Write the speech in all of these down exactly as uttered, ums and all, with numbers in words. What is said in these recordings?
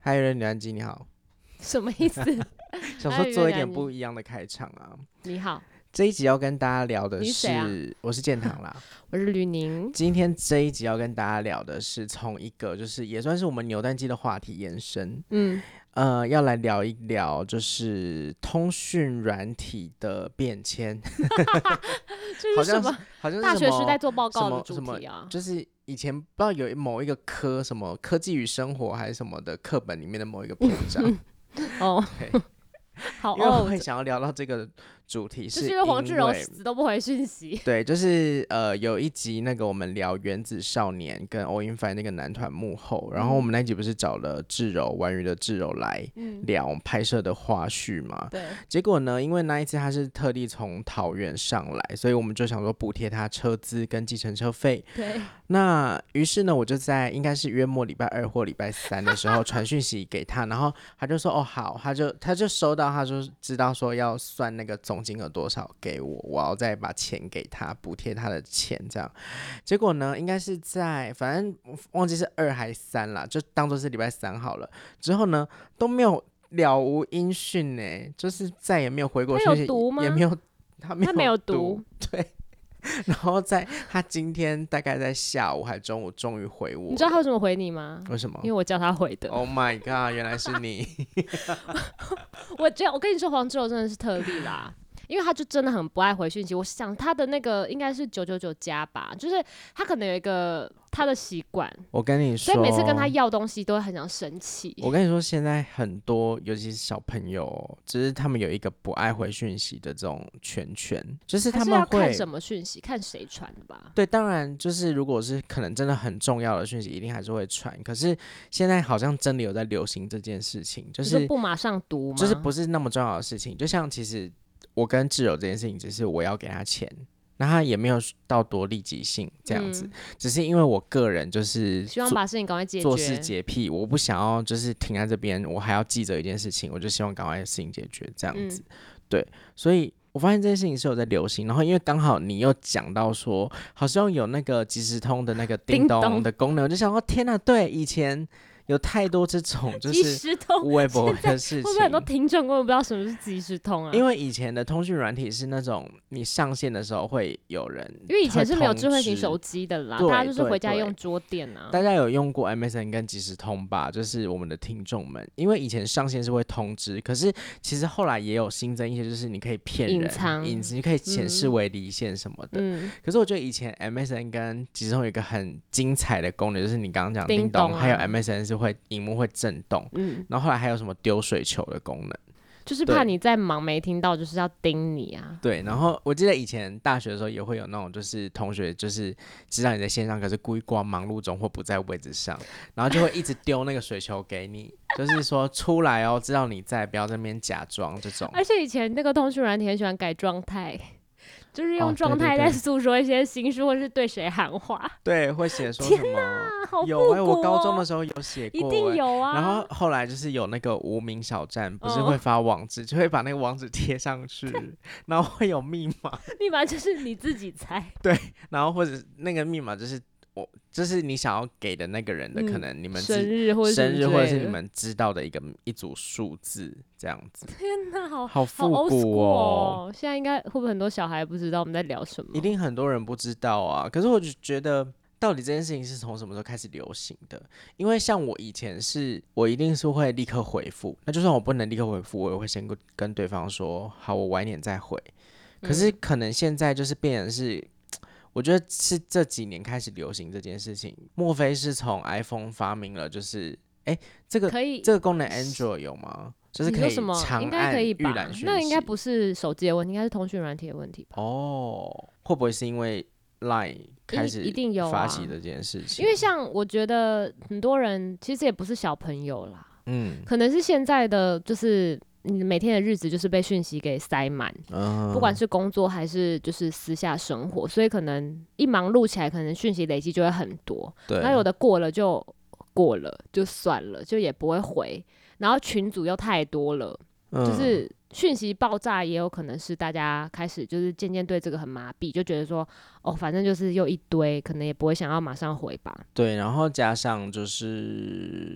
嗨，任良基，你好。 什么意思？ 想说做一点不一样的开场啊。 你好， 这一集要跟大家聊的是， 你是谁啊？ 我是建堂啦。 我是吕宁。 今天这一集要跟大家聊的是从一个就是也算是我们扭蛋机的话题延伸， 嗯， 呃，要来聊一聊就是通讯软体的变迁。 这是什么？ 好像是大学什么时代做报告的主什么题啊？ 就是以前不知道有某一个科什么科技与生活还是什么的课本里面的某一个篇章。 哦， 对， 好因为我哦， 会想要聊到这个主题， 就是因因为黄志柔为死都不回讯息。 对，就是呃有一集那个我们聊原子少年跟 All In Five 那个男团幕后，然后我们那一集不是找了志柔玩鱼的志柔来嗯， 聊拍摄的花絮嘛？ 对， 结果呢，因为那一次他是特地从桃园上来，所以我们就想说补贴他车资跟计程车费。 对， 那于是呢，我就在应该是约莫礼拜二或礼拜三的时候传讯息给他，然后他就说哦好，他就他就收到，他就知道说要算那个总金额多少给我，我要再把钱给他补贴他的钱这样。结果呢，应该是在反正忘记是二还三啦，就当做是礼拜三好了。之后呢都没有了无音讯呢，就是再也没有回过他讯息， 有读吗？ 也没有他没有他没有读读， 对。然后在他今天大概在下午还中午终于回我了， 你知道他为什么回你吗？ 为什么因为我叫他回的。 ？Oh my god！ 原来是你。 我觉得我跟你说，黄志柔真的是特例啦。因为他就真的很不爱回讯息，我想他的那个应该是九九九加吧，就是他可能有一个他的习惯， 我跟你说， 所以每次跟他要东西都会很想生气。 我跟你说，现在很多尤其是小朋友，只是他们有一个不爱回讯息的这种圈圈，就是他还是们会要看什么讯息，看谁传的吧。 对，当然就是如果是可能真的很重要的讯息，一定还是会传。可是现在好像真的有在流行这件事情，就你是说不马上读吗？ 就是不是那么重要的事情。就像其实我跟挚友这件事情，只是我要给他钱，那他也没有到多立即性这样子， 嗯只是因为我个人就是希望把事情赶快解决。 做事洁癖，我不想要就是停在这边，我还要记着一件事情，我就希望赶快事情解决这样子。 嗯、 对，所以我发现这件事情是有在流行，然后因为刚好你又讲到说，好像有那个即时通的那个叮咚的功能，我就想说天哪，对，以前有太多这种就即是时通微博的事情， 会不会很多听众根本不知道什么是即时通啊？ 因为以前的通讯软体是那种你上线的时候会有人， 因为以前是没有智慧型手机的啦，大家就是回家用桌垫啊。 大家有用过 M S N 跟即时通吧？就是我们的听众们，因为以前上线是会通知，可是其实后来也有新增一些，就是你可以骗人、 隐藏、 隐私，你可以显示为离线什么的。 嗯、 可是我觉得以前 M S N 跟即时通有一个很精彩的功能，就是你刚刚讲叮咚， 叮咚啊、 还有 M S N 是会荧幕会震动， 嗯， 然后后来还有什么丢水球的功能。 就是怕你在忙没听到，就是要盯你啊。 对，然后我记得以前大学的时候也会有那种，就是同学就是知道你在线上，可是故意挂忙碌中或不在位置上，然后就会一直丢那个水球给你，就是说出来哦，知道你在，不要在那边假装这种。 而且以前那个通讯软体很喜欢改状态。就是用状态在哦、 诉说一些心事，或是对谁喊话。 对，会写说什么？ 好有哎、欸，我高中的时候有写过、欸， 一定有啊。 然后后来就是有那个无名小站，不是会发网址，嗯、就会把那个网址贴上去，然后会有密码。 密码就是你自己猜。 对，然后或者那个密码就是。我就是你想要给的那个人的，嗯、可能你们生日或者生日或者是你们知道的一个一组数字这样子。 天哪，好好复古哦！ 哦现在应该会不会很多小孩不知道我们在聊什么？ 一定很多人不知道啊。可是我就觉得，到底这件事情是从什么时候开始流行的？因为像我以前是，我一定是会立刻回复。那就算我不能立刻回复，我也会先跟对方说，好，我晚一点再回。可是可能现在就是变成是。我觉得是这几年开始流行这件事情，莫非是从 iPhone 发明了？就是哎，这个可以这个功能 Android 有吗？就是可以长按预览讯息。 那应该不是手机的问题，应该是通讯软体的问题吧？ 哦，会不会是因为 Line 开始一定有发起这件事情？ 因为像我觉得很多人其实也不是小朋友啦， 嗯， 可能是现在的就是你每天的日子就是被讯息给塞满， 嗯， 不管是工作还是就是私下生活，所以可能一忙碌起来，可能讯息累积就会很多。 对， 那有的过了就过了，就算了，就也不会回。然后群组又太多了，嗯、就是讯息爆炸，也有可能是大家开始就是渐渐对这个很麻痹，就觉得说哦，反正就是又一堆，可能也不会想要马上回吧。 对，然后加上就是。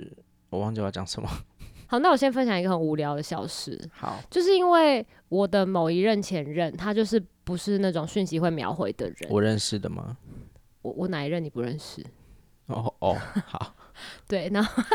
我忘记我要讲什么。 好，那我先分享一个很无聊的小事。 好， 就是因为我的某一任前任，他就是不是那种讯息会秒回的人。 我认识的吗？ 我我哪一任你不认识？ 哦哦，好。 对，然后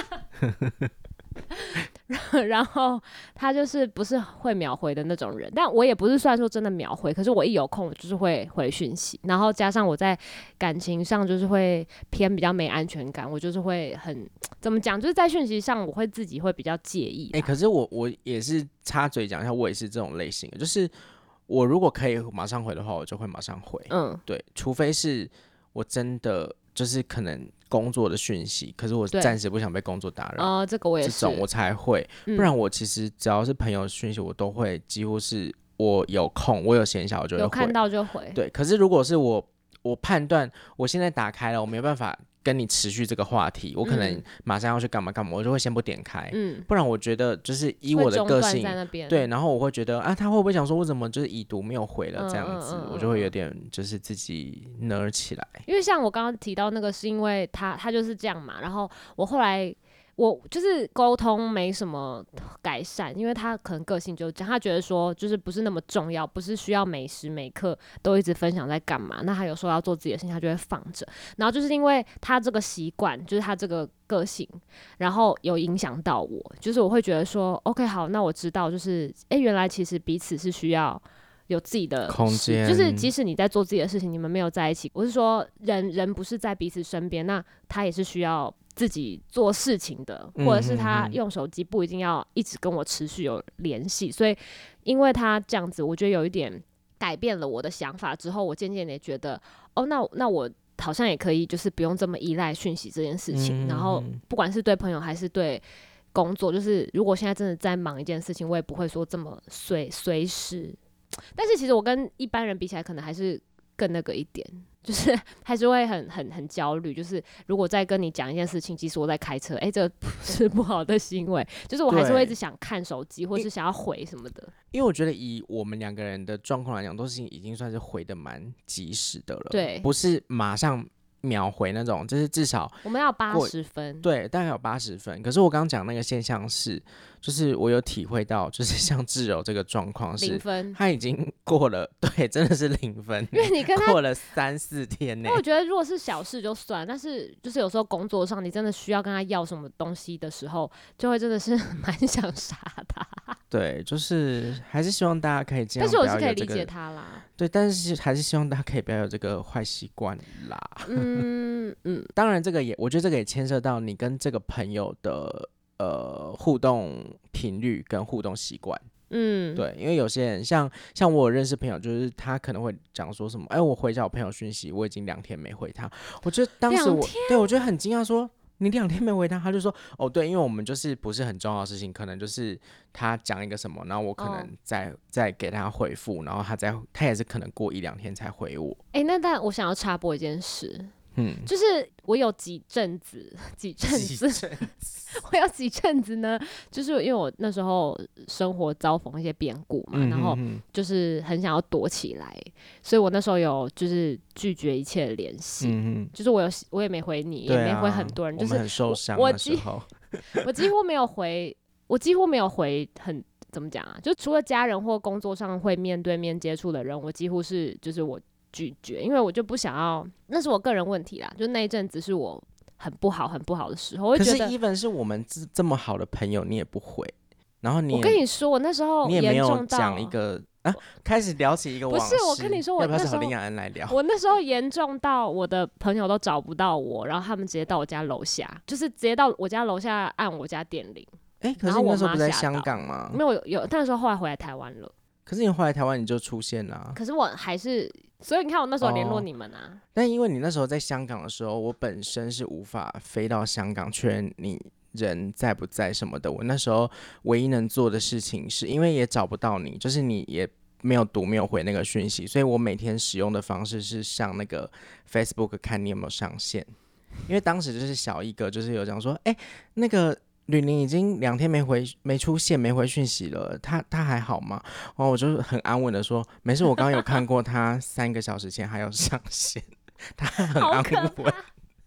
然后他就是不是会秒回的那种人，但我也不是算说真的秒回，可是我一有空我就是会回讯息，然后加上我在感情上就是会偏比较没安全感，我就是会很怎么讲，就是在讯息上我会自己会比较介意。 哎、欸，可是我我也是插嘴讲一下，我也是这种类型的，就是我如果可以马上回的话，我就会马上回。嗯，对，除非是我真的就是可能工作的讯息，可是我暂时不想被工作打扰， 哦，这个我也是， 这种我才会，不然我其实只要是朋友讯息，我都会几乎是我有空，我有闲暇我就会回， 有看到就回。 对，可是如果是我我判断我现在打开了，我没办法跟你持续这个话题，我可能马上要去干嘛干嘛，我就会先不点开，嗯，不然我觉得就是以我的个性，对，然后我会觉得啊，他会不会想说我怎么就是已读没有回了这样子，嗯嗯嗯嗯，我就会有点就是自己nerve起来。 因为像我刚刚提到那个，是因为他他就是这样嘛，然后我后来。我就是沟通没什么改善，因为他可能个性就这样，他觉得说就是不是那么重要，不是需要每时每刻都一直分享在干嘛。那他有时候要做自己的事情，他就会放着。然后就是因为他这个习惯，就是他这个个性，然后有影响到我，就是我会觉得说 ，OK， 好，那我知道，就是哎、欸，原来其实彼此是需要。有自己的空间， 就是即使你在做自己的事情，你们没有在一起，我是说人人不是在彼此身边，那他也是需要自己做事情的，或者是他用手机不一定要一直跟我持续有联系，所以因为他这样子，我觉得有一点改变了我的想法之后，我渐渐的觉得，哦，那那我好像也可以，就是不用这么依赖讯息这件事情，然后不管是对朋友还是对工作，就是如果现在真的在忙一件事情，我也不会说这么随随时。但是其实我跟一般人比起来，可能还是更那个一点，就是还是会很很很焦虑。就是如果在跟你讲一件事情，即使我在开车，哎、欸，这不是不好的行为，就是我还是会一直想看手机，或是想要回什么的。 因为我觉得以我们两个人的状况来讲，都是已经算是回的蛮及时的了， 对， 不是马上秒回那种，就是至少我们要八十分， 对，大概有八十分。可是我刚刚讲那个现象是，就是我有体会到，就是像智柔这个状况是零分， 他已经过了，对，真的是零分， 因为你跟他过了三四天呢。 因为我觉得如果是小事就算，但是就是有时候工作上你真的需要跟他要什么东西的时候，就会真的是蛮想杀他。 对，就是还是希望大家可以这样、这个， 但是我是可以理解他啦。 对，但是还是希望大家可以不要有这个坏习惯啦。嗯嗯，当然这个也，我觉得这个也牵涉到你跟这个朋友的呃互动频率跟互动习惯。嗯，对，因为有些人像像我有认识朋友，就是他可能会讲说什么，哎，我回家我朋友讯息，我已经两天没回他。我觉得当时我对我觉得很惊讶，说你两天没回他，他就说哦对，因为我们就是不是很重要的事情，可能就是他讲一个什么，然后我可能再、哦、再给他回复，然后他再他也是可能过一两天才回我。 哎，那但我想要插播一件事。嗯，就是我有几阵子，几阵子，我有几阵子呢，就是因为我那时候生活遭逢一些变故嘛，嗯、然后就是很想要躲起来，所以我那时候有就是拒绝一切的联系，嗯、就是我有我也没回你， 啊、 也没回很多人，就是我们很受伤我的时候， 我几乎没有回，我几乎没有回很。怎么讲啊？就除了家人或工作上会面对面接触的人，我几乎是就是我拒绝，因为我就不想要，那是我个人问题啦。就那一阵子是我很不好、很不好的时候，我会觉得。 可是 even 是我们这么好的朋友，你也不回，然后你我跟你说，我那时候你也没有讲一个啊，开始聊起一个往事。 不是，我跟你说，我那时候要不要找林雅安来聊？ 我那时候严重到我的朋友都找不到我，然后他们直接到我家楼下，就是直接到我家楼下按我家电铃。 哎、欸，可是你那时候不在香港吗？ 没有，有那时候后来回来台湾了。 可是你回来台湾你就出现了、啊。 可是我还是，所以你看我那时候联络你们啊、哦。 但因为你那时候在香港的时候，我本身是无法飞到香港确认你人在不在什么的。我那时候唯一能做的事情是，因为也找不到你，就是你也没有读没有回那个讯息，所以我每天使用的方式是上那个 Facebook 看你有没有上线。因为当时就是小一哥就是有讲说，哎、欸，那个。吕宁已经两天没回没出现没回讯息了，他他还好吗？然后我就很安稳的说没事，我刚刚有看过他三个小时前还有上线，他很安稳。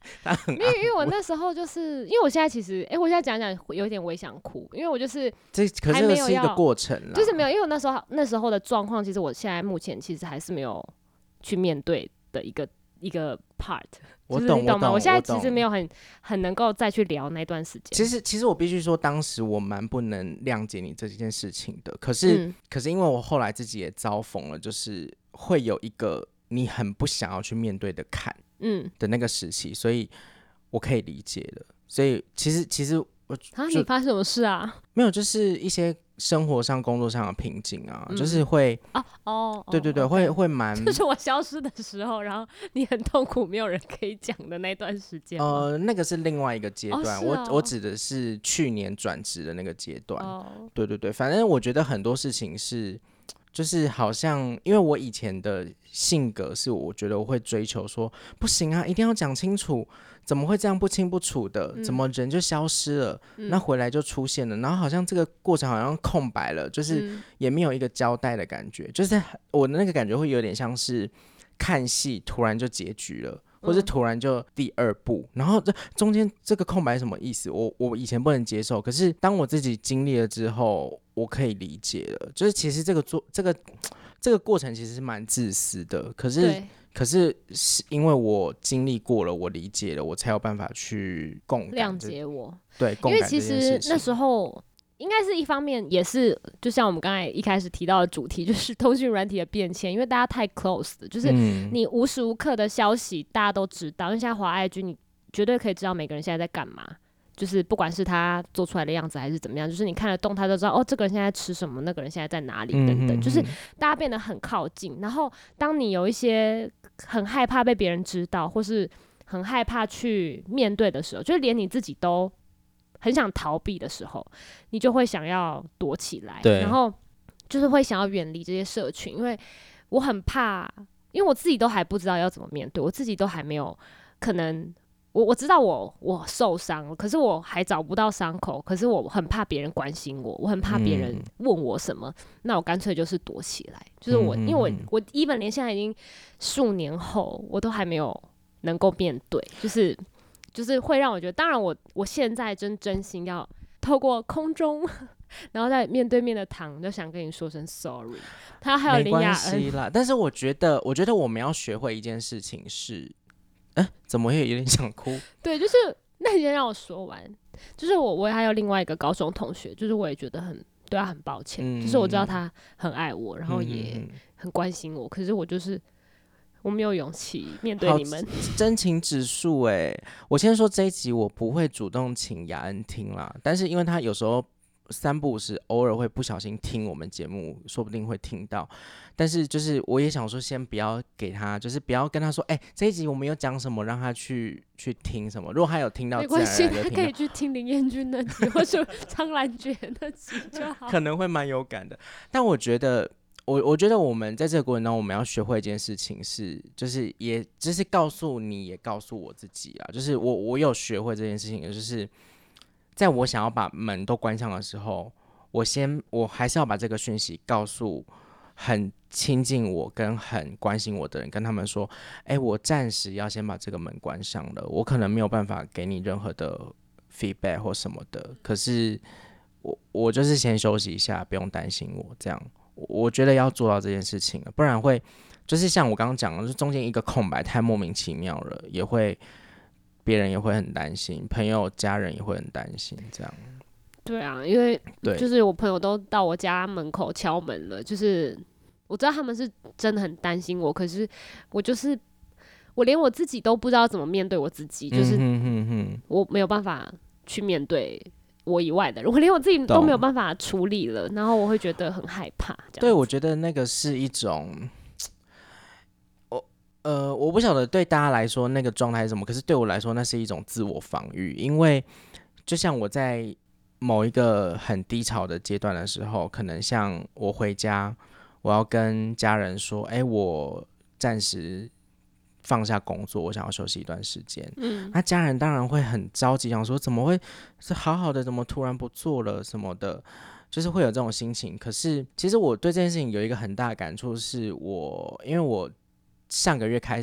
因为因为我那时候就是因为我现在其实，哎、欸，我现在讲讲有点微想哭，因为我就是这可是这个是一个过程啦， 就是没有，因为我那时候那时候的状况，其实我现在目前其实还是没有去面对的一个一个 part。 我懂， 你懂吗？ 我我现在其实没有很很能够再去聊那段时间。 其实，其实我必须说，当时我蛮不能谅解你这件事情的。可是，嗯、可是因为我后来自己也遭逢了，就是会有一个你很不想要去面对的坎，嗯的那个时期，所以我可以理解的。所以，其实，其实我啊，你发生什么事啊？ 没有，就是一些生活上、工作上的瓶颈啊，嗯、就是会哦哦， 对对对， okay. 会会蛮， 就是我消失的时候，然后你很痛苦，没有人可以讲的那段时间。 呃，那个是另外一个阶段， 哦哦、 我我指的是去年转职的那个阶段。 哦， 对对对，反正我觉得很多事情是，就是好像因为我以前的性格是，我觉得我会追求说，不行啊，一定要讲清楚。怎么会这样不清不楚的？嗯、怎么人就消失了？嗯、那回来就出现了，然后好像这个过程好像空白了，就是也没有一个交代的感觉。嗯、就是我的那个感觉会有点像是看戏，突然就结局了，或是突然就第二部，嗯、然后这中间这个空白什么意思？我我以前不能接受，可是当我自己经历了之后，我可以理解了。就是其实这个做这个这个过程其实是蛮自私的，可是。可是是因为我经历过了，我理解了，我才有办法去共感谅解我。 对，共感这件事情。 因为其实那时候应该是一方面，也是就像我们刚才一开始提到的主题，就是通讯软体的变迁。因为大家太 close 了，就是你无时无刻的消息大家都知道。因为现在滑 I G， 你绝对可以知道每个人现在在干嘛。就是不管是他做出来的样子还是怎么样，就是你看了动态都知道哦，这个人现在吃什么，那个人现在在哪里等等，嗯哼哼，就是大家变得很靠近。然后当你有一些很害怕被别人知道，或是很害怕去面对的时候，就是连你自己都很想逃避的时候，你就会想要躲起来，然后就是会想要远离这些社群，因为我很怕，因为我自己都还不知道要怎么面对，我自己都还没有可能。我我知道我我受伤了，可是我还找不到伤口，可是我很怕别人关心我，我很怕别人问我什么，嗯、那我干脆就是躲起来，就是我，嗯、因为我我even连现在已经数年后，我都还没有能够面对，就是就是会让我觉得，当然我我现在真真心要透过空中，然后在面对面的躺，就想跟你说声 sorry。他还有林雅恩， 没关系啦，但是我觉得，我觉得我们要学会一件事情是。哎，怎么会有点想哭？ 对，就是那天让我说完，就是我我还有另外一个高中同学，就是我也觉得很对他很抱歉，嗯、就是我知道他很爱我，然后也很关心我，嗯、可是我就是我没有勇气面对你们。 真情指数哎，我先说这一集我不会主动请雅恩听啦，但是因为他有时候三不五时偶尔会不小心听我们节目，说不定会听到。但是就是我也想说，先不要给他，就是不要跟他说，哎、欸，这一集我们有讲什么，让他去去听什么。如果他有听到， 没关系，他可以去听林彦君那集，或是苍兰诀那集就好。 可能会蛮有感的。但我觉得，我我觉得我们在这个过程中，我们要学会一件事情是，就是也就是告诉你，也告诉我自己啊，就是我我有学会这件事情，就是在我想要把门都关上的时候，我先我还是要把这个讯息告诉很亲近我跟很关心我的人，跟他们说，哎，我暂时要先把这个门关上了，我可能没有办法给你任何的 feedback 或什么的，可是我我就是先休息一下，不用担心我这样，我觉得要做到这件事情了，不然会就是像我刚刚讲的，就中间一个空白太莫名其妙了，也会别人也会很担心，朋友家人也会很担心这样。 对啊，因为就是我朋友都到我家门口敲门了，就是我知道他们是真的很担心我，可是我就是我连我自己都不知道怎么面对我自己，就是我没有办法去面对我以外的人，我连我自己都没有办法处理了，然后我会觉得很害怕。 对，我觉得那个是一种，我呃，我不晓得对大家来说那个状态是什么，可是对我来说那是一种自我防御，因为就像我在某一个很低潮的阶段的时候，可能像我回家，我要跟家人说，哎，我暂时放下工作，我想要休息一段时间。嗯，那家人当然会很着急，想说怎么会是好好的，怎么突然不做了什么的，就是会有这种心情。可是其实我对这件事情有一个很大的感触，是我因为我上个月开始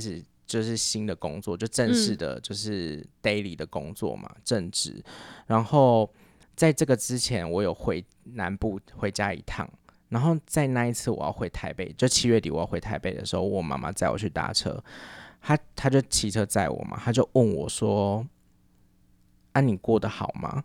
就是新的工作，就正式的，就是 daily 的工作嘛，嗯、正职。然后在这个之前，我有回南部回家一趟。然后在那一次我要回台北，就七月底我要回台北的时候，我妈妈载我去搭车，她她就骑车载我嘛，她就问我说：“啊，你过得好吗？”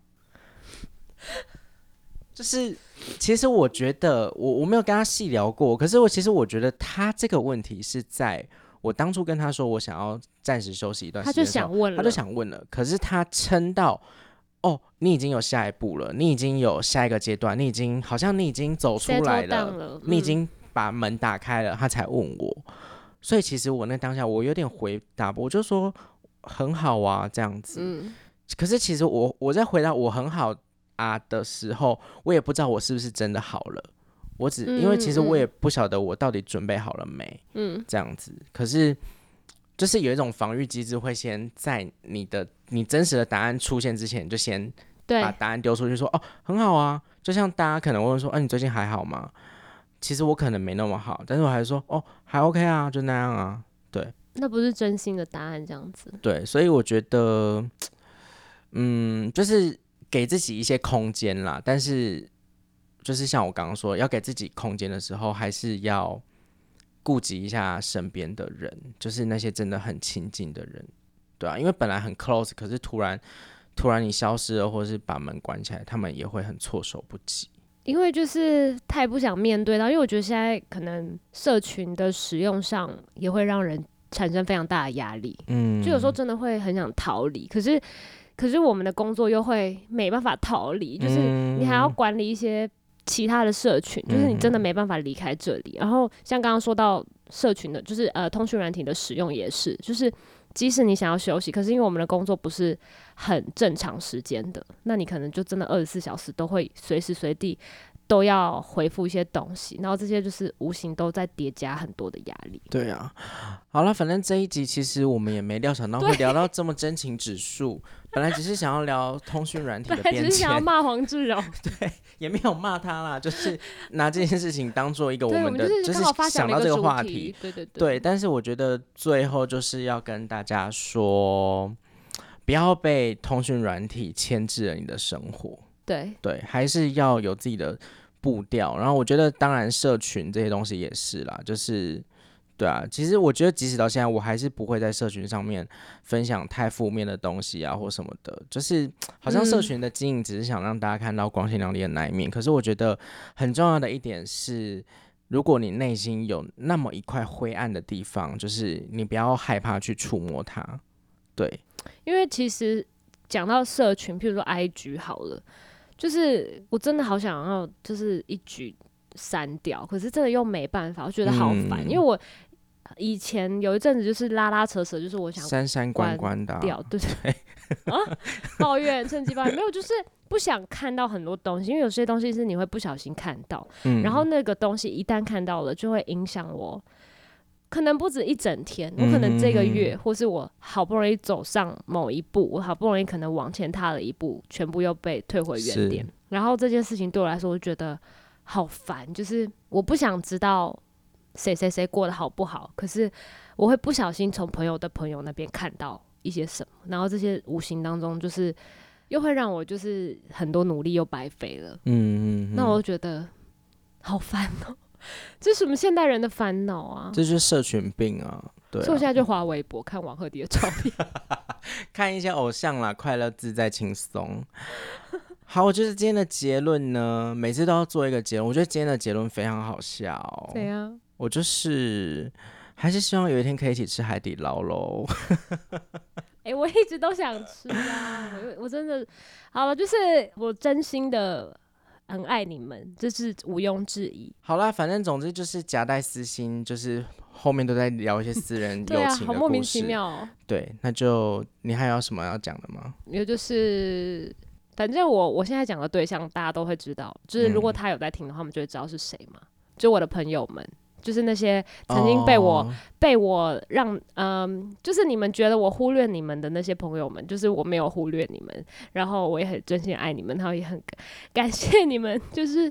就是其实我觉得我我没有跟她细聊过，可是我其实我觉得她这个问题是在我当初跟她说我想要暂时休息一段时间的时候，她就想问了，她就想问了，可是她撑到。哦，你已经有下一步了，你已经有下一个阶段，你已经好像你已经走出来 了, 了、嗯、 你已经把门打开了，他才问我。所以其实我那当下我有点回答，我就说很好啊这样子、嗯、可是其实我我在回答我很好啊的时候，我也不知道我是不是真的好了，我只、嗯、因为其实我也不晓得我到底准备好了没，嗯，这样子。可是就是有一种防御机制，会先在你的你真实的答案出现之前，你就先把答案丢出去说，哦，很好啊。就像大家可能问说，哎、啊，你最近还好吗？其实我可能没那么好，但是我还是说，哦，还 OK 啊，就那样啊。对， 那不是真心的答案，这样子。 对，所以我觉得，嗯，就是给自己一些空间啦。但是，就是像我刚刚说，要给自己空间的时候，还是要顾及一下身边的人，就是那些真的很亲近的人，对啊，因为本来很 close， 可是突然突然你消失了，或是把门关起来，他们也会很措手不及。 因为就是太不想面对到，因为我觉得现在可能社群的使用上也会让人产生非常大的压力，嗯，就有时候真的会很想逃离，可是可是我们的工作又会没办法逃离，就是你还要管理一些其他的社群，就是你真的没办法离开这里、嗯、然后像刚刚说到社群的就是呃通讯软体的使用也是，就是即使你想要休息，可是因为我们的工作不是很正常时间的，那你可能就真的二十四小时都会随时随地都要回复一些东西，然后这些就是无形都在叠加很多的压力。 对啊，好了，反正这一集其实我们也没料想到会聊到这么真情指数，本来只是想要聊通讯软体的变迁， 只是想要骂黄志柔， 对，也没有骂他啦，就是拿这件事情当做一个我们的， 就是想到这个话题， 对对 对, 对，但是我觉得最后就是要跟大家说，不要被通讯软体牵制了你的生活。 对对，还是要有自己的步调。然后我觉得，当然社群这些东西也是啦，就是对啊。其实我觉得，即使到现在，我还是不会在社群上面分享太负面的东西啊，或什么的。就是好像社群的经营只是想让大家看到光鲜亮丽的那一面，嗯、可是我觉得很重要的一点是，如果你内心有那么一块灰暗的地方，就是你不要害怕去触摸它。对， 因为其实讲到社群，譬如说 I G 好了。就是我真的好想要，就是一举删掉，可是真的又没办法，我觉得好烦、嗯。因为我以前有一阵子就是拉拉扯扯，就是我想删删关关的、啊， 掉，对对啊，抱怨趁机抱怨，没有，就是不想看到很多东西，因为有些东西是你会不小心看到，嗯、然后那个东西一旦看到了，就会影响我。可能不止一整天，我可能这个月，嗯、或是我好不容易走上某一步，我好不容易可能往前踏了一步，全部又被退回原点。然后这件事情对我来说，我觉得好烦，就是我不想知道谁谁谁过得好不好，可是我会不小心从朋友的朋友那边看到一些什么，然后这些无形当中就是又会让我就是很多努力又白费了。嗯嗯嗯，那我就觉得好烦哦、喔。这是什么现代人的烦恼啊？ 这就是社群病啊！对啊， 所以我现在就滑微博看王鹤棣的照片， 看一些偶像啦，快乐自在轻松。好，我觉得今天的结论呢，每次都要做一个结论。我觉得今天的结论非常好笑。 怎样？ 我就是还是希望有一天可以一起吃海底捞喽。 哎、欸，我一直都想吃啊！我我真的好了，就是我真心的。很爱你们，这是毋庸置疑。 好啦，反正总之就是夹带私心，就是后面都在聊一些私人友情的故事。 对啊，好莫名其妙哦。 对，那就你还有什么要讲的吗？ 也就是反正我我现在讲的对象大家都会知道，就是如果他有在听的话，我们就会知道是谁嘛。就我的朋友们，就是那些曾经被我、oh. 被我让嗯，就是你们觉得我忽略你们的那些朋友们，就是我没有忽略你们，然后我也很真心爱你们，然后也很感谢你们，就是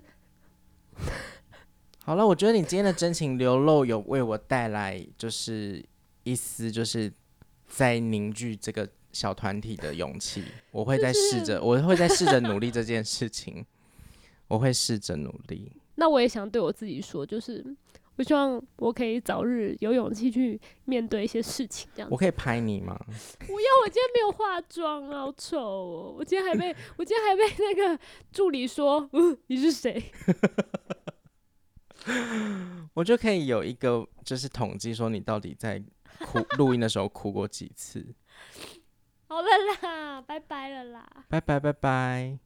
好了，我觉得你今天的真情流露有为我带来就是一丝就是在凝聚这个小团体的勇气。我会再试着，我会再试着努力这件事情，我会试着努力。 那我也想对我自己说，就是我希望我可以早日有勇气去面对一些事情，这样子。 我可以拍你吗？ 不要，我今天没有化妆啊，好丑哦！我今天还被我今天还被那个助理说，嗯，你是谁？ 我就可以有一个就是统计，说你到底在哭录音的时候哭过几次。 好了啦，拜拜了啦， 拜拜拜拜。